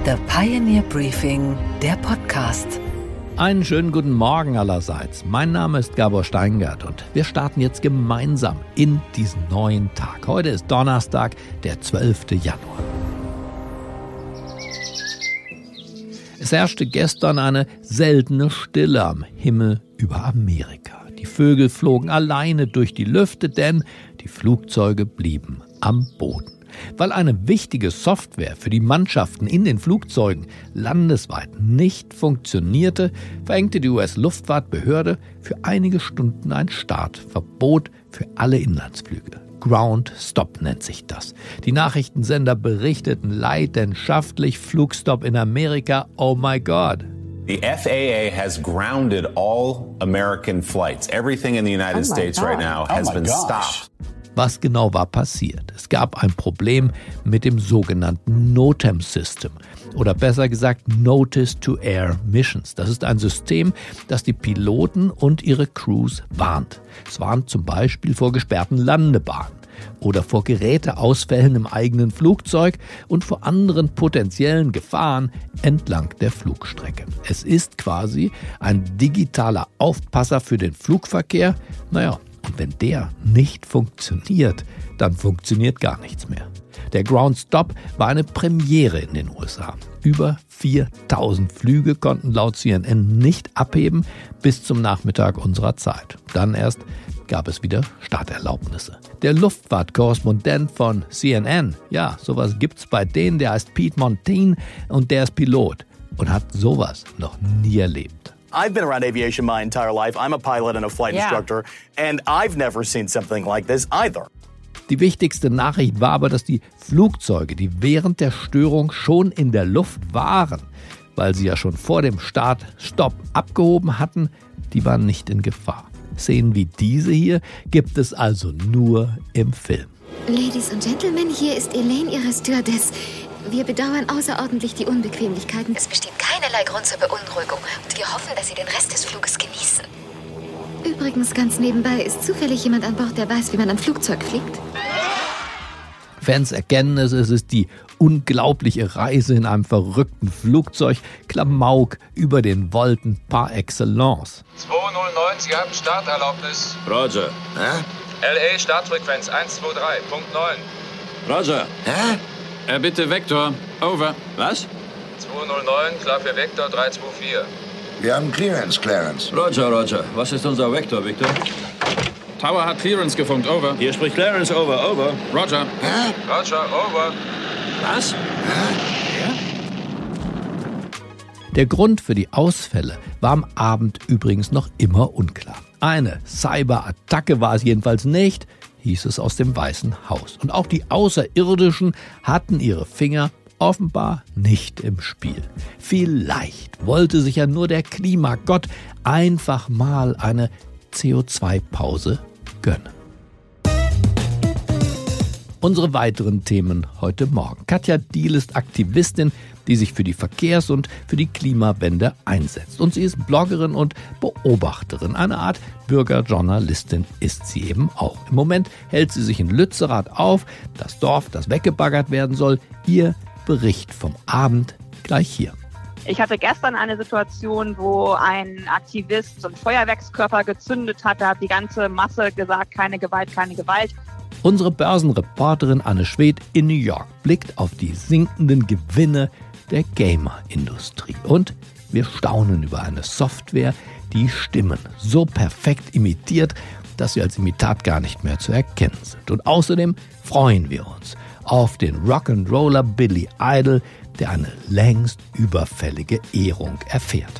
The Pioneer Briefing, der Podcast. Einen schönen guten Morgen allerseits. Mein Name ist Gabor Steingart und wir starten jetzt gemeinsam in diesen neuen Tag. Heute ist Donnerstag, der 12. Januar. Es herrschte gestern eine seltene Stille am Himmel über Amerika. Die Vögel flogen alleine durch die Lüfte, denn die Flugzeuge blieben am Boden. Weil eine wichtige Software für die Mannschaften in den Flugzeugen landesweit nicht funktionierte, verhängte die US-Luftfahrtbehörde für einige Stunden ein Startverbot für alle Inlandsflüge. Ground Stop nennt sich das. Die Nachrichtensender berichteten leidenschaftlich: Flugstopp in Amerika, oh my God. The FAA has grounded all American flights. Everything in the United States right now has been stopped. Was genau war passiert? Es gab ein Problem mit dem sogenannten NOTAM-System oder besser gesagt Notice to Air Missions. Das ist ein System, das die Piloten und ihre Crews warnt. Es warnt zum Beispiel vor gesperrten Landebahnen oder vor Geräteausfällen im eigenen Flugzeug und vor anderen potenziellen Gefahren entlang der Flugstrecke. Es ist quasi ein digitaler Aufpasser für den Flugverkehr. Und wenn der nicht funktioniert, dann funktioniert gar nichts mehr. Der Ground Stop war eine Premiere in den USA. Über 4000 Flüge konnten laut CNN nicht abheben bis zum Nachmittag unserer Zeit. Dann erst gab es wieder Starterlaubnisse. Der Luftfahrtkorrespondent von CNN, ja, sowas gibt's bei denen, der heißt Pete Montaigne und der ist Pilot und hat sowas noch nie erlebt. I've been around aviation my entire life. I'm a pilot and a flight instructor, and I've never seen something like this either. Die wichtigste Nachricht war aber, dass die Flugzeuge, die während der Störung schon in der Luft waren, weil sie ja schon vor dem Start-Stopp abgehoben hatten, die waren nicht in Gefahr. Szenen wie diese hier gibt es also nur im Film. Ladies and Gentlemen, hier ist Elaine, Ihre Stewardess. Wir bedauern außerordentlich die Unbequemlichkeiten. Es besteht keinerlei Grund zur Beunruhigung und wir hoffen, dass Sie den Rest des Fluges genießen. Übrigens, ganz nebenbei, ist zufällig jemand an Bord, der weiß, wie man ein Flugzeug fliegt? Fans erkennen es ist die unglaubliche Reise in einem verrückten Flugzeug, Klamauk über den Wolken par excellence. 209, Sie haben Starterlaubnis. Roger. LA Startfrequenz 123.9. Roger. Bitte Vektor. Over. Was? 209, klar für Vektor 324. Wir haben Clarence. Roger. Was ist unser Vektor, Victor? Tower hat Clearance gefunkt. Over. Hier spricht Clarence. Over. Roger. Roger, over. Was? Der Grund für die Ausfälle war am Abend übrigens noch immer unklar. Eine Cyberattacke war es jedenfalls nicht, hieß es aus dem Weißen Haus. Und auch die Außerirdischen hatten ihre Finger offenbar nicht im Spiel. Vielleicht wollte sich ja nur der Klimagott einfach mal eine CO2-Pause gönnen. Unsere weiteren Themen heute Morgen. Katja Diehl ist Aktivistin, die sich für die Verkehrs- und für die Klimawende einsetzt. Und sie ist Bloggerin und Beobachterin. Eine Art Bürgerjournalistin ist sie eben auch. Im Moment hält sie sich in Lützerath auf, das Dorf, das weggebaggert werden soll. Ihr Bericht vom Abend gleich hier. Ich hatte gestern eine Situation, wo ein Aktivist so einen Feuerwerkskörper gezündet hat. Da hat die ganze Masse gesagt, keine Gewalt, keine Gewalt. Unsere Börsenreporterin Anne Schwedt in New York blickt auf die sinkenden Gewinne der Gamer-Industrie. Und wir staunen über eine Software, die Stimmen so perfekt imitiert, dass sie als Imitat gar nicht mehr zu erkennen sind. Und außerdem freuen wir uns auf den Rock'n'Roller Billy Idol, der eine längst überfällige Ehrung erfährt.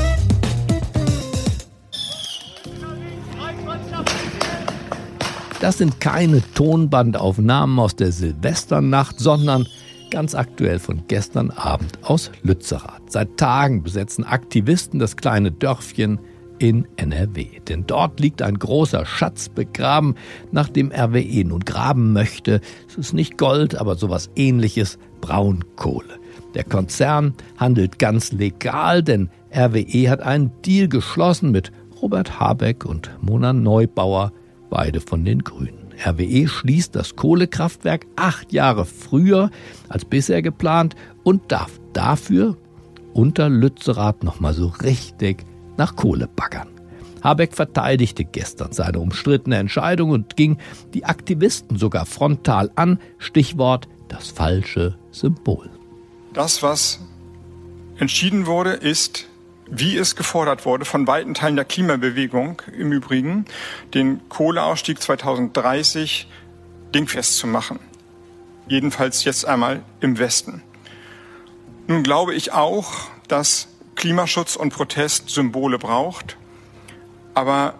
Das sind keine Tonbandaufnahmen aus der Silvesternacht, sondern ganz aktuell von gestern Abend aus Lützerath. Seit Tagen besetzen Aktivisten das kleine Dörfchen in NRW. Denn dort liegt ein großer Schatz begraben, nach dem RWE nun graben möchte. Es ist nicht Gold, aber sowas Ähnliches, Braunkohle. Der Konzern handelt ganz legal, denn RWE hat einen Deal geschlossen mit Robert Habeck und Mona Neubauer, beide von den Grünen. RWE schließt das Kohlekraftwerk 8 Jahre früher als bisher geplant und darf dafür unter Lützerath nochmal so richtig nach Kohle baggern. Habeck verteidigte gestern seine umstrittene Entscheidung und ging die Aktivisten sogar frontal an. Stichwort: das falsche Symbol. Das, was entschieden wurde, ist, wie es gefordert wurde von weiten Teilen der Klimabewegung im Übrigen, den Kohleausstieg 2030 dingfest zu machen. Jedenfalls jetzt einmal im Westen. Nun glaube ich auch, dass Klimaschutz und Protest Symbole braucht. Aber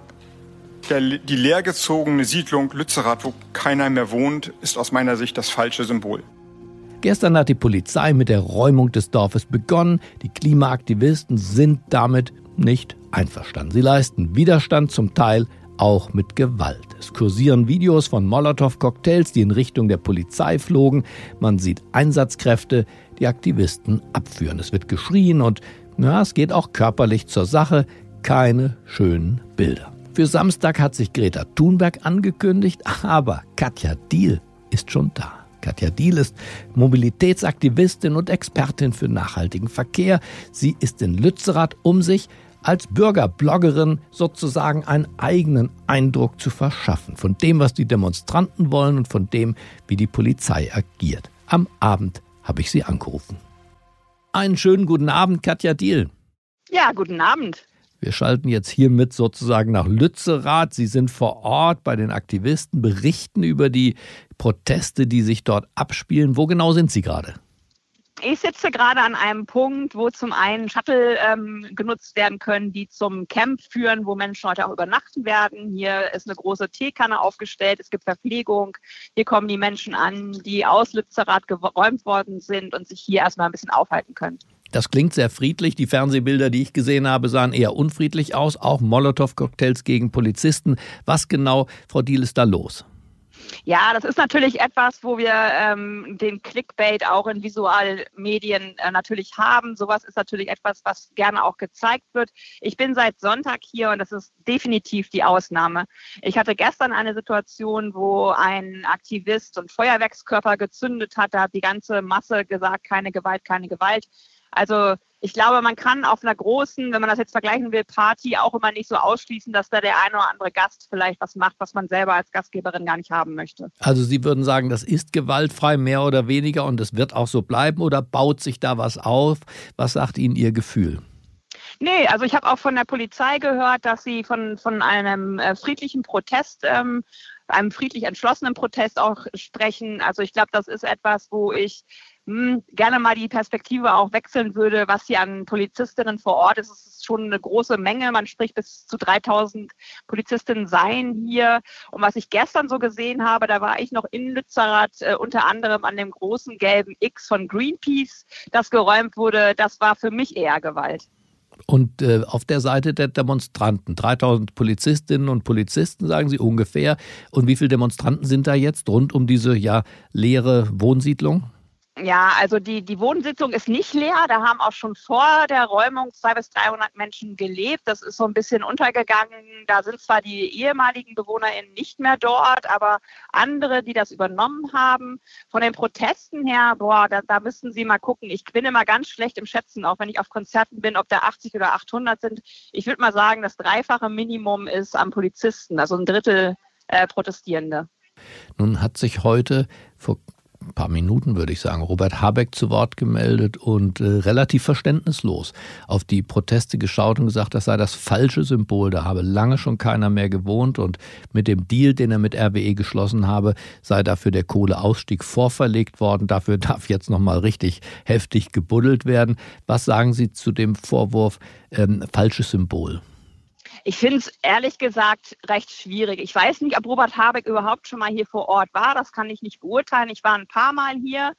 die leergezogene Siedlung Lützerath, wo keiner mehr wohnt, ist aus meiner Sicht das falsche Symbol. Gestern hat die Polizei mit der Räumung des Dorfes begonnen. Die Klimaaktivisten sind damit nicht einverstanden. Sie leisten Widerstand, zum Teil auch mit Gewalt. Es kursieren Videos von Molotow-Cocktails, die in Richtung der Polizei flogen. Man sieht Einsatzkräfte, die Aktivisten abführen. Es wird geschrien und es geht auch körperlich zur Sache. Keine schönen Bilder. Für Samstag hat sich Greta Thunberg angekündigt, aber Katja Diehl ist schon da. Katja Diehl ist Mobilitätsaktivistin und Expertin für nachhaltigen Verkehr. Sie ist in Lützerath, um sich als Bürgerbloggerin sozusagen einen eigenen Eindruck zu verschaffen von dem, was die Demonstranten wollen und von dem, wie die Polizei agiert. Am Abend habe ich sie angerufen. Einen schönen guten Abend, Katja Diehl. Ja, guten Abend. Wir schalten jetzt hiermit sozusagen nach Lützerath. Sie sind vor Ort bei den Aktivisten, berichten über die Proteste, die sich dort abspielen. Wo genau sind Sie gerade? Ich sitze gerade an einem Punkt, wo zum einen Shuttle genutzt werden können, die zum Camp führen, wo Menschen heute auch übernachten werden. Hier ist eine große Teekanne aufgestellt, es gibt Verpflegung. Hier kommen die Menschen an, die aus Lützerath geräumt worden sind und sich hier erstmal ein bisschen aufhalten können. Das klingt sehr friedlich. Die Fernsehbilder, die ich gesehen habe, sahen eher unfriedlich aus. Auch Molotow-Cocktails gegen Polizisten. Was genau, Frau Diehl, ist da los? Ja, das ist natürlich etwas, wo wir den Clickbait auch in Visualmedien natürlich haben. Sowas ist natürlich etwas, was gerne auch gezeigt wird. Ich bin seit Sonntag hier und das ist definitiv die Ausnahme. Ich hatte gestern eine Situation, wo ein Aktivist und Feuerwerkskörper gezündet hat. Da hat die ganze Masse gesagt, keine Gewalt, keine Gewalt. Also ich glaube, man kann auf einer großen, wenn man das jetzt vergleichen will, Party auch immer nicht so ausschließen, dass da der eine oder andere Gast vielleicht was macht, was man selber als Gastgeberin gar nicht haben möchte. Also Sie würden sagen, das ist gewaltfrei, mehr oder weniger, und es wird auch so bleiben, oder baut sich da was auf? Was sagt Ihnen Ihr Gefühl? Nee, also ich habe auch von der Polizei gehört, dass sie von einem friedlichen Protest, einem friedlich entschlossenen Protest auch sprechen. Also ich glaube, das ist etwas, wo ich gerne mal die Perspektive auch wechseln würde, was hier an Polizistinnen vor Ort ist. Es ist schon eine große Menge. Man spricht, bis zu 3000 Polizistinnen seien hier. Und was ich gestern so gesehen habe, da war ich noch in Lützerath, unter anderem an dem großen gelben X von Greenpeace, das geräumt wurde. Das war für mich eher Gewalt. Und auf der Seite der Demonstranten, 3000 Polizistinnen und Polizisten, sagen Sie ungefähr. Und wie viele Demonstranten sind da jetzt rund um diese leere Wohnsiedlung? Ja, also die Wohnsiedlung ist nicht leer. Da haben auch schon vor der Räumung 200 bis 300 Menschen gelebt. Das ist so ein bisschen untergegangen. Da sind zwar die ehemaligen BewohnerInnen nicht mehr dort, aber andere, die das übernommen haben. Von den Protesten her, da müssten Sie mal gucken. Ich bin immer ganz schlecht im Schätzen, auch wenn ich auf Konzerten bin, ob da 80 oder 800 sind. Ich würde mal sagen, das dreifache Minimum ist am Polizisten, also ein Drittel Protestierende. Nun hat sich heute vor ein paar Minuten, würde ich sagen, Robert Habeck zu Wort gemeldet und relativ verständnislos auf die Proteste geschaut und gesagt, das sei das falsche Symbol. Da habe lange schon keiner mehr gewohnt und mit dem Deal, den er mit RWE geschlossen habe, sei dafür der Kohleausstieg vorverlegt worden. Dafür darf jetzt nochmal richtig heftig gebuddelt werden. Was sagen Sie zu dem Vorwurf, falsches Symbol? Ich finde es ehrlich gesagt recht schwierig. Ich weiß nicht, ob Robert Habeck überhaupt schon mal hier vor Ort war. Das kann ich nicht beurteilen. Ich war ein paar Mal hier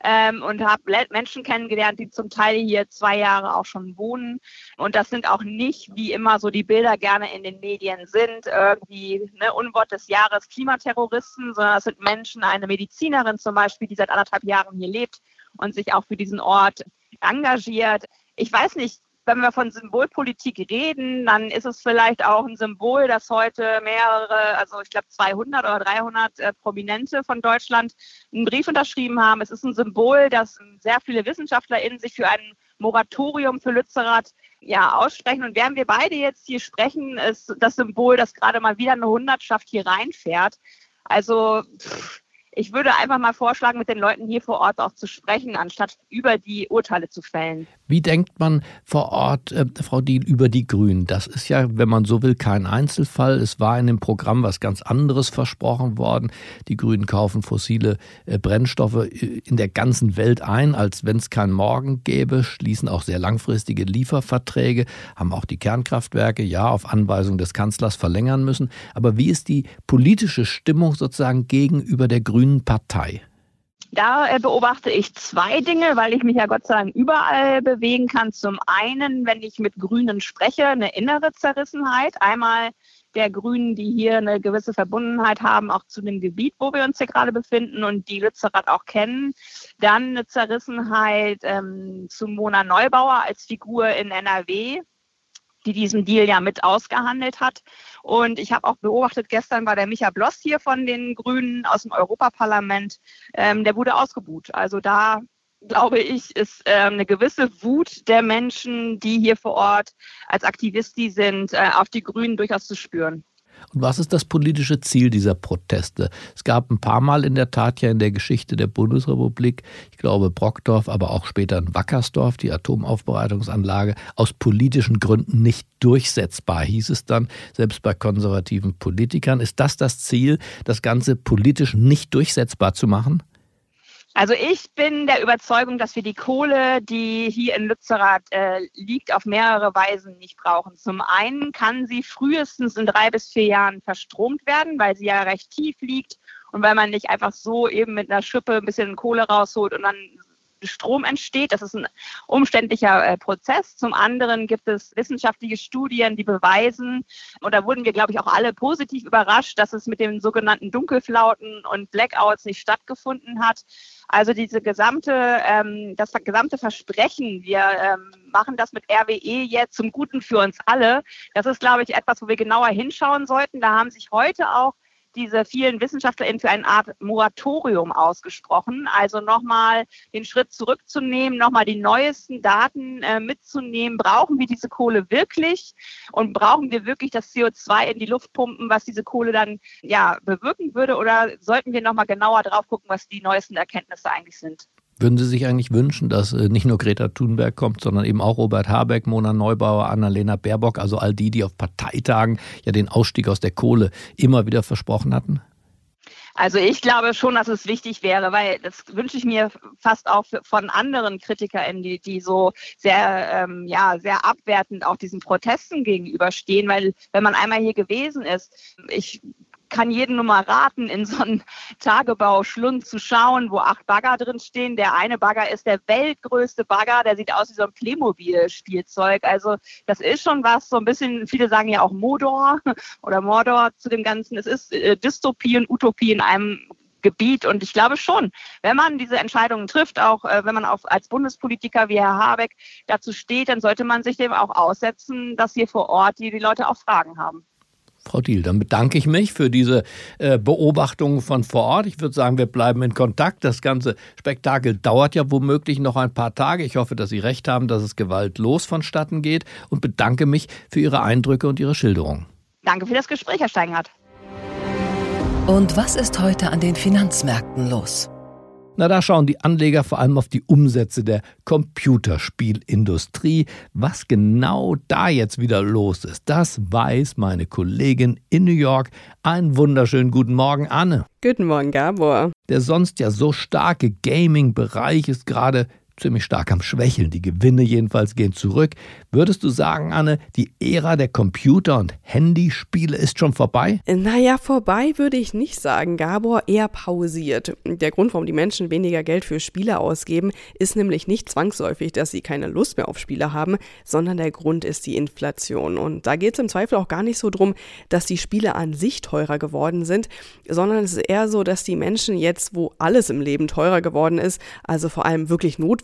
und habe Menschen kennengelernt, die zum Teil hier 2 Jahre auch schon wohnen. Und das sind auch nicht, wie immer so die Bilder gerne in den Medien sind, irgendwie Unwort des Jahres Klimaterroristen, sondern das sind Menschen, eine Medizinerin zum Beispiel, die seit 1,5 Jahren hier lebt und sich auch für diesen Ort engagiert. Ich weiß nicht, wenn wir von Symbolpolitik reden, dann ist es vielleicht auch ein Symbol, dass heute mehrere, also ich glaube 200 oder 300 Prominente von Deutschland einen Brief unterschrieben haben. Es ist ein Symbol, dass sehr viele WissenschaftlerInnen sich für ein Moratorium für Lützerath aussprechen. Und während wir beide jetzt hier sprechen, ist das Symbol, dass gerade mal wieder eine Hundertschaft hier reinfährt. Also ich würde einfach mal vorschlagen, mit den Leuten hier vor Ort auch zu sprechen, anstatt über die Urteile zu fällen. Wie denkt man vor Ort, Frau Diehl, über die Grünen? Das ist ja, wenn man so will, kein Einzelfall. Es war in dem Programm was ganz anderes versprochen worden. Die Grünen kaufen fossile Brennstoffe in der ganzen Welt ein, als wenn es kein Morgen gäbe, schließen auch sehr langfristige Lieferverträge, haben auch die Kernkraftwerke, auf Anweisung des Kanzlers verlängern müssen. Aber wie ist die politische Stimmung sozusagen gegenüber der Grünen Partei? Da beobachte ich zwei Dinge, weil ich mich ja Gott sei Dank überall bewegen kann. Zum einen, wenn ich mit Grünen spreche, eine innere Zerrissenheit. Einmal der Grünen, die hier eine gewisse Verbundenheit haben, auch zu dem Gebiet, wo wir uns hier gerade befinden und die Lützerath auch kennen. Dann eine Zerrissenheit zu Mona Neubauer als Figur in NRW, die diesen Deal ja mit ausgehandelt hat. Und ich habe auch beobachtet, gestern war der Micha Bloss hier von den Grünen aus dem Europaparlament, der wurde ausgebuht. Also da, glaube ich, ist eine gewisse Wut der Menschen, die hier vor Ort als Aktivisti sind, auf die Grünen durchaus zu spüren. Und was ist das politische Ziel dieser Proteste? Es gab ein paar Mal in der Tat ja in der Geschichte der Bundesrepublik, ich glaube Brockdorf, aber auch später in Wackersdorf, die Atomaufbereitungsanlage, aus politischen Gründen nicht durchsetzbar, hieß es dann, selbst bei konservativen Politikern. Ist das Ziel, das Ganze politisch nicht durchsetzbar zu machen? Also ich bin der Überzeugung, dass wir die Kohle, die hier in Lützerath liegt, auf mehrere Weisen nicht brauchen. Zum einen kann sie frühestens in 3 bis 4 Jahren verstromt werden, weil sie ja recht tief liegt und weil man nicht einfach so eben mit einer Schippe ein bisschen Kohle rausholt und dann Strom entsteht. Das ist ein umständlicher Prozess. Zum anderen gibt es wissenschaftliche Studien, die beweisen, und da wurden wir, glaube ich, auch alle positiv überrascht, dass es mit den sogenannten Dunkelflauten und Blackouts nicht stattgefunden hat. Also das gesamte Versprechen, wir machen das mit RWE jetzt zum Guten für uns alle, das ist, glaube ich, etwas, wo wir genauer hinschauen sollten. Da haben sich heute auch diese vielen WissenschaftlerInnen für eine Art Moratorium ausgesprochen, also nochmal den Schritt zurückzunehmen, nochmal die neuesten Daten mitzunehmen. Brauchen wir diese Kohle wirklich und brauchen wir wirklich das CO2 in die Luft pumpen, was diese Kohle dann bewirken würde, oder sollten wir nochmal genauer drauf gucken, was die neuesten Erkenntnisse eigentlich sind? Würden Sie sich eigentlich wünschen, dass nicht nur Greta Thunberg kommt, sondern eben auch Robert Habeck, Mona Neubauer, Annalena Baerbock, also all die auf Parteitagen ja den Ausstieg aus der Kohle immer wieder versprochen hatten? Also ich glaube schon, dass es wichtig wäre, weil das wünsche ich mir fast auch von anderen KritikerInnen, die so sehr abwertend auch diesen Protesten gegenüberstehen, weil wenn man einmal hier gewesen ist, ich kann jeden nur mal raten, in so einen Tagebauschlund zu schauen, wo 8 Bagger drin stehen. Der eine Bagger ist der weltgrößte Bagger, der sieht aus wie so ein Playmobil-Spielzeug. Also das ist schon was, so ein bisschen, viele sagen ja auch Mordor zu dem Ganzen. Es ist Dystopie und Utopie in einem Gebiet, und ich glaube schon, wenn man diese Entscheidungen trifft, auch wenn man als Bundespolitiker wie Herr Habeck dazu steht, dann sollte man sich dem auch aussetzen, dass hier vor Ort die Leute auch Fragen haben. Frau Diehl, dann bedanke ich mich für diese Beobachtungen von vor Ort. Ich würde sagen, wir bleiben in Kontakt. Das ganze Spektakel dauert ja womöglich noch ein paar Tage. Ich hoffe, dass Sie recht haben, dass es gewaltlos vonstatten geht, und bedanke mich für Ihre Eindrücke und Ihre Schilderung. Danke für das Gespräch, Herr Steingart. Und was ist heute an den Finanzmärkten los? Na, da schauen die Anleger vor allem auf die Umsätze der Computerspielindustrie. Was genau da jetzt wieder los ist, das weiß meine Kollegin in New York. Einen wunderschönen guten Morgen, Anne. Guten Morgen, Gabor. Der sonst ja so starke Gaming-Bereich ist gerade ziemlich stark am Schwächeln. Die Gewinne jedenfalls gehen zurück. Würdest du sagen, Anne, die Ära der Computer- und Handyspiele ist schon vorbei? Naja, vorbei würde ich nicht sagen, Gabor, eher pausiert. Der Grund, warum die Menschen weniger Geld für Spiele ausgeben, ist nämlich nicht zwangsläufig, dass sie keine Lust mehr auf Spiele haben, sondern der Grund ist die Inflation. Und da geht es im Zweifel auch gar nicht so drum, dass die Spiele an sich teurer geworden sind, sondern es ist eher so, dass die Menschen jetzt, wo alles im Leben teurer geworden ist, also vor allem wirklich notwendig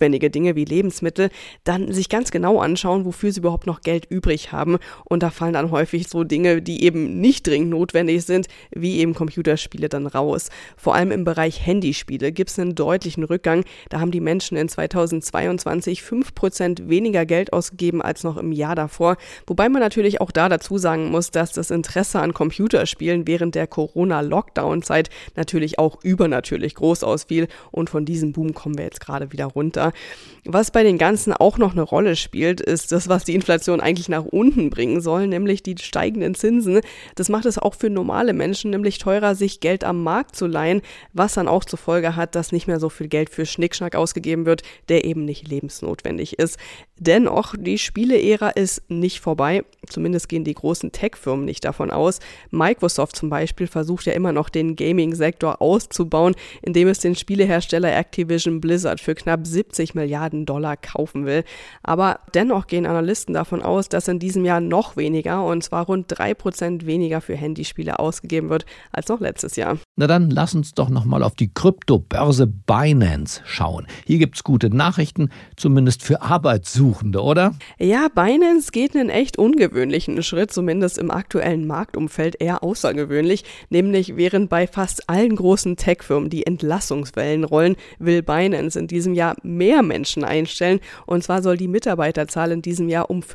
notwendige Dinge wie Lebensmittel, dann sich ganz genau anschauen, wofür sie überhaupt noch Geld übrig haben. Und da fallen dann häufig so Dinge, die eben nicht dringend notwendig sind, wie eben Computerspiele dann raus. Vor allem im Bereich Handyspiele gibt es einen deutlichen Rückgang. Da haben die Menschen in 2022 5% weniger Geld ausgegeben als noch im Jahr davor. Wobei man natürlich auch da dazu sagen muss, dass das Interesse an Computerspielen während der Corona-Lockdown-Zeit natürlich auch übernatürlich groß ausfiel. Und von diesem Boom kommen wir jetzt gerade wieder runter. Was bei den Ganzen auch noch eine Rolle spielt, ist das, was die Inflation eigentlich nach unten bringen soll, nämlich die steigenden Zinsen. Das macht es auch für normale Menschen nämlich teurer, sich Geld am Markt zu leihen, was dann auch zur Folge hat, dass nicht mehr so viel Geld für Schnickschnack ausgegeben wird, der eben nicht lebensnotwendig ist. Dennoch, die Spiele-Ära ist nicht vorbei. Zumindest gehen die großen Tech-Firmen nicht davon aus. Microsoft zum Beispiel versucht ja immer noch, den Gaming-Sektor auszubauen, indem es den Spielehersteller Activision Blizzard für knapp 70 Milliarden Dollar kaufen will. Aber dennoch gehen Analysten davon aus, dass in diesem Jahr noch weniger, und zwar rund 3% weniger für Handyspiele ausgegeben wird als noch letztes Jahr. Na dann lass uns doch nochmal auf die Kryptobörse Binance schauen. Hier gibt's gute Nachrichten, zumindest für Arbeitssuchende, oder? Ja, Binance geht einen echt ungewöhnlichen Schritt, zumindest im aktuellen Marktumfeld eher außergewöhnlich. Nämlich während bei fast allen großen Tech-Firmen die Entlassungswellen rollen, will Binance in diesem Jahr mehr Menschen einstellen. Und zwar soll die Mitarbeiterzahl in diesem Jahr um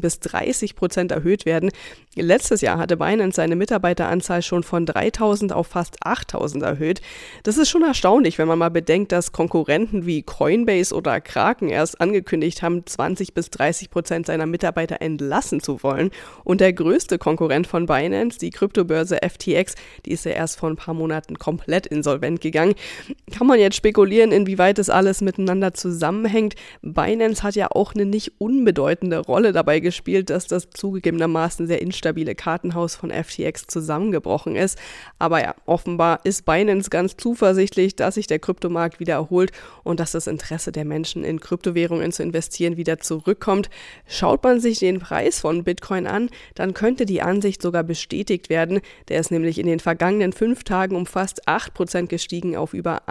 15-30% erhöht werden. Letztes Jahr hatte Binance seine Mitarbeiteranzahl schon von 3.000 auf fast 8.000 erhöht. Das ist schon erstaunlich, wenn man mal bedenkt, dass Konkurrenten wie Coinbase oder Kraken erst angekündigt haben, 20-30% seiner Mitarbeiter entlassen zu wollen. Und der größte Konkurrent von Binance, die Kryptobörse FTX, die ist ja erst vor ein paar Monaten komplett insolvent gegangen. Kann man jetzt spekulieren, inwieweit das alles miteinander zusammenhängt. Binance hat ja auch eine nicht unbedeutende Rolle dabei gespielt, dass das zugegebenermaßen sehr instabile Kartenhaus von FTX zusammengebrochen ist. Aber ja, offenbar ist Binance ganz zuversichtlich, dass sich der Kryptomarkt wieder erholt und dass das Interesse der Menschen in Kryptowährungen zu investieren wieder zurückkommt. Schaut man sich den Preis von Bitcoin an, dann könnte die Ansicht sogar bestätigt werden. Der ist nämlich in den vergangenen 5 Tagen um fast 8% gestiegen auf über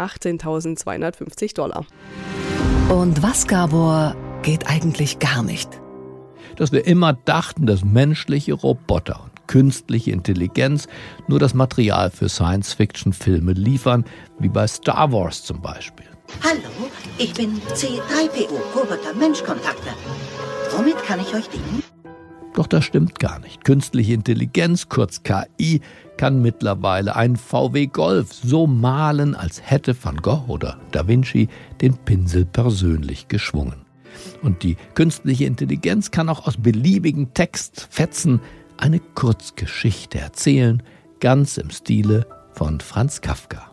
18.250 $. Und was, Gabor, geht eigentlich gar nicht? Dass wir immer dachten, dass menschliche Roboter und künstliche Intelligenz nur das Material für Science-Fiction-Filme liefern, wie bei Star Wars zum Beispiel. Hallo, ich bin C3PO, Roboter Menschkontakte. Womit kann ich euch dienen? Doch das stimmt gar nicht. Künstliche Intelligenz, kurz KI, kann mittlerweile einen VW Golf so malen, als hätte Van Gogh oder Da Vinci den Pinsel persönlich geschwungen. Und die künstliche Intelligenz kann auch aus beliebigen Textfetzen eine Kurzgeschichte erzählen, ganz im Stile von Franz Kafka.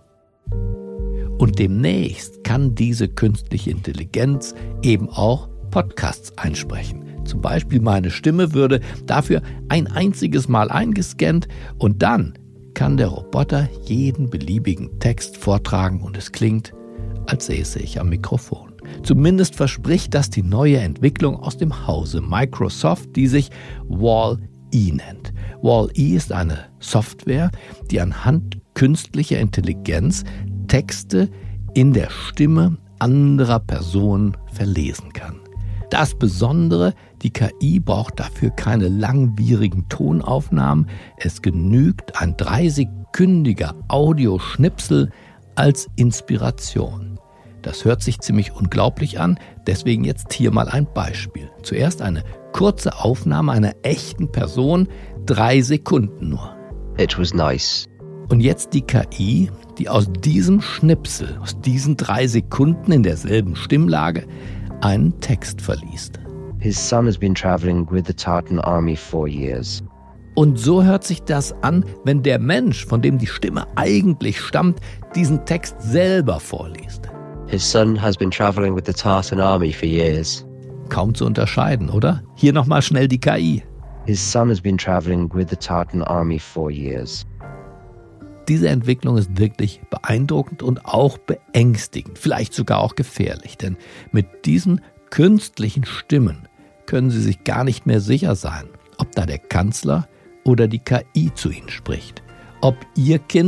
Und demnächst kann diese künstliche Intelligenz eben auch Podcasts einsprechen. Zum Beispiel meine Stimme würde dafür ein einziges Mal eingescannt und dann kann der Roboter jeden beliebigen Text vortragen und es klingt, als säße ich am Mikrofon. Zumindest verspricht das die neue Entwicklung aus dem Hause Microsoft, die sich Wall-E nennt. Wall-E ist eine Software, die anhand künstlicher Intelligenz Texte in der Stimme anderer Personen verlesen kann. Das Besondere, die KI braucht dafür keine langwierigen Tonaufnahmen. Es genügt ein 3-sekündiger Audioschnipsel als Inspiration. Das hört sich ziemlich unglaublich an, deswegen jetzt hier mal ein Beispiel. Zuerst eine kurze Aufnahme einer echten Person, 3 Sekunden nur. It was nice. Und jetzt die KI, die aus diesem Schnipsel, aus diesen 3 Sekunden in derselben Stimmlage einen Text verliest. His son has been traveling with the Tartan army for years. Und so hört sich das an, wenn der Mensch, von dem die Stimme eigentlich stammt, diesen Text selber vorliest. His son has been traveling with the Tartan army for years. Kaum zu unterscheiden, oder? Hier nochmal schnell die KI. His son has been traveling with the Tartan army for years. Diese Entwicklung ist wirklich beeindruckend und auch beängstigend, vielleicht sogar auch gefährlich. Denn mit diesen künstlichen Stimmen können Sie sich gar nicht mehr sicher sein, ob da der Kanzler oder die KI zu Ihnen spricht. Ob Ihr Kind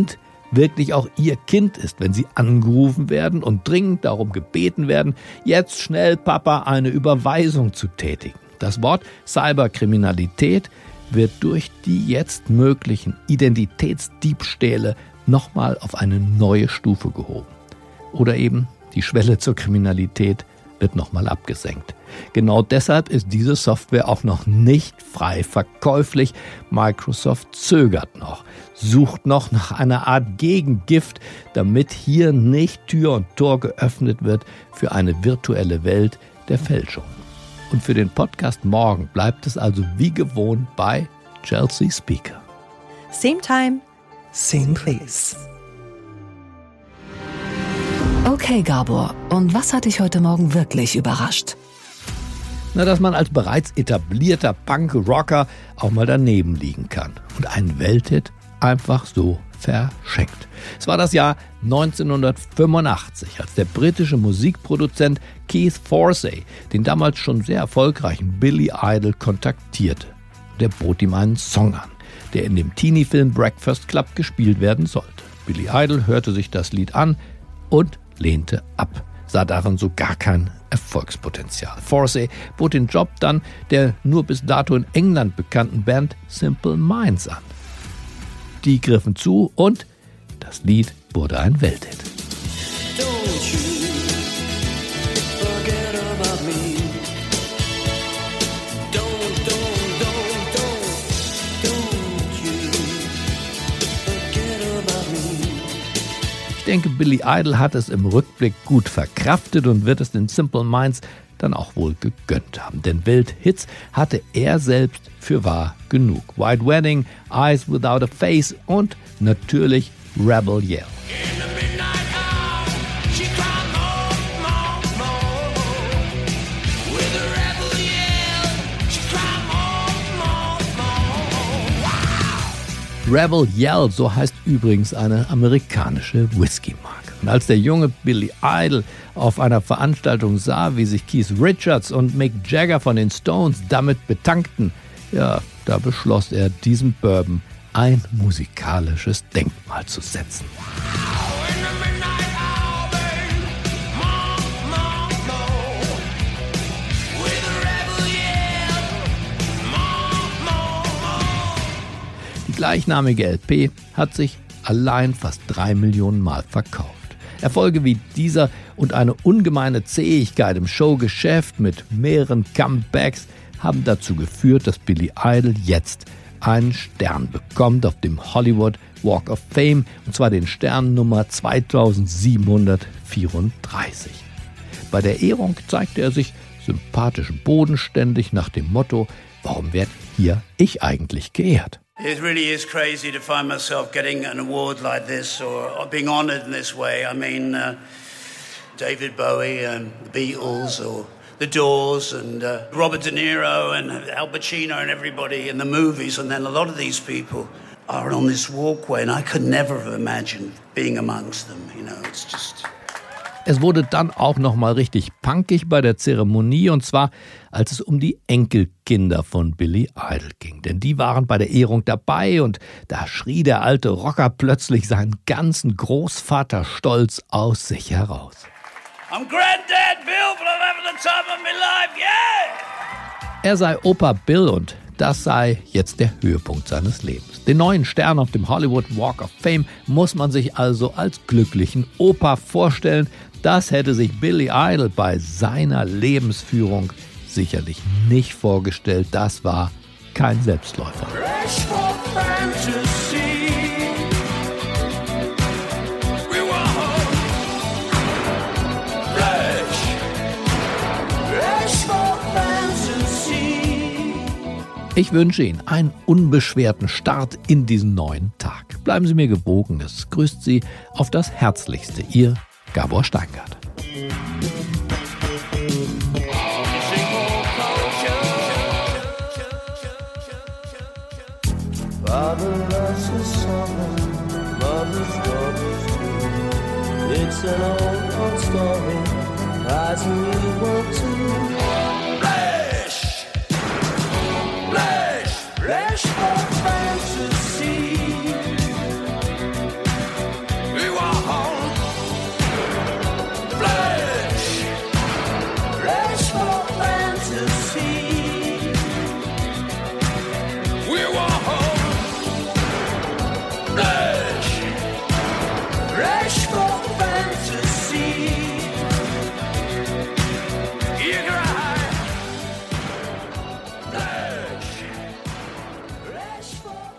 wirklich auch ihr Kind ist, wenn sie angerufen werden und dringend darum gebeten werden, jetzt schnell Papa eine Überweisung zu tätigen. Das Wort Cyberkriminalität wird durch die jetzt möglichen Identitätsdiebstähle nochmal auf eine neue Stufe gehoben. Oder eben die Schwelle zur Kriminalität wird nochmal abgesenkt. Genau deshalb ist diese Software auch noch nicht frei verkäuflich. Microsoft zögert noch, sucht noch nach einer Art Gegengift, damit hier nicht Tür und Tor geöffnet wird für eine virtuelle Welt der Fälschung. Und für den Podcast morgen bleibt es also wie gewohnt bei Chelsea Speaker. Same time, same place. Okay, Gabor, und was hat dich heute Morgen wirklich überrascht? Na, dass man als bereits etablierter Punk-Rocker auch mal daneben liegen kann und einen Welthit einfach so verschenkt. Es war das Jahr 1985, als der britische Musikproduzent Keith Forsey den damals schon sehr erfolgreichen Billy Idol kontaktierte. Der bot ihm einen Song an, der in dem Teenie-Film Breakfast Club gespielt werden sollte. Billy Idol hörte sich das Lied an und lehnte ab, sah darin so gar kein Erfolgspotenzial. Forsey bot den Job dann der nur bis dato in England bekannten Band Simple Minds an. Die griffen zu und das Lied wurde ein Welthit. Ich denke, Billy Idol hat es im Rückblick gut verkraftet und wird es den Simple Minds dann auch wohl gegönnt haben. Denn Welthits hatte er selbst für wahr genug. White Wedding, Eyes Without a Face und natürlich Rebel Yell. Rebel Yell, so heißt übrigens eine amerikanische Whisky-Marke. Und als der junge Billy Idol auf einer Veranstaltung sah, wie sich Keith Richards und Mick Jagger von den Stones damit betankten, ja, da beschloss er, diesem Bourbon ein musikalisches Denkmal zu setzen. Die gleichnamige LP hat sich allein fast 3 Millionen Mal verkauft. Erfolge wie dieser und eine ungemeine Zähigkeit im Showgeschäft mit mehreren Comebacks haben dazu geführt, dass Billy Idol jetzt einen Stern bekommt auf dem Hollywood Walk of Fame, und zwar den Stern Nummer 2734. Bei der Ehrung zeigte er sich sympathisch bodenständig nach dem Motto: Warum werd hier ich eigentlich geehrt? It really is crazy to find myself getting an award like this or being honored in this way. I mean, David Bowie and the Beatles or The Doors and Robert De Niro and Al Pacino and everybody in the movies, and then a lot of these people are on this walkway, and I could never have imagined being amongst them. You know, it's just... Es wurde dann auch noch mal richtig punkig bei der Zeremonie, und zwar als es um die Enkelkinder von Billy Idol ging. Denn die waren bei der Ehrung dabei und da schrie der alte Rocker plötzlich seinen ganzen Großvaterstolz aus sich heraus. I'm Granddad Bill, but I'm having the time of my life, yeah! Er sei Opa Bill und das sei jetzt der Höhepunkt seines Lebens. Den neuen Stern auf dem Hollywood Walk of Fame muss man sich also als glücklichen Opa vorstellen. Das hätte sich Billy Idol bei seiner Lebensführung sicherlich nicht vorgestellt. Das war kein Selbstläufer. Ich wünsche Ihnen einen unbeschwerten Start in diesen neuen Tag. Bleiben Sie mir gewogen. Es grüßt Sie auf das Herzlichste. Ihr Gabor Steingart. Father loves his son, mother's daughters too. It's an old story, as we want to. Flesh, flesh, flesh for fantasy. fantasy. We want Recht for fantasy. You cry. Recht for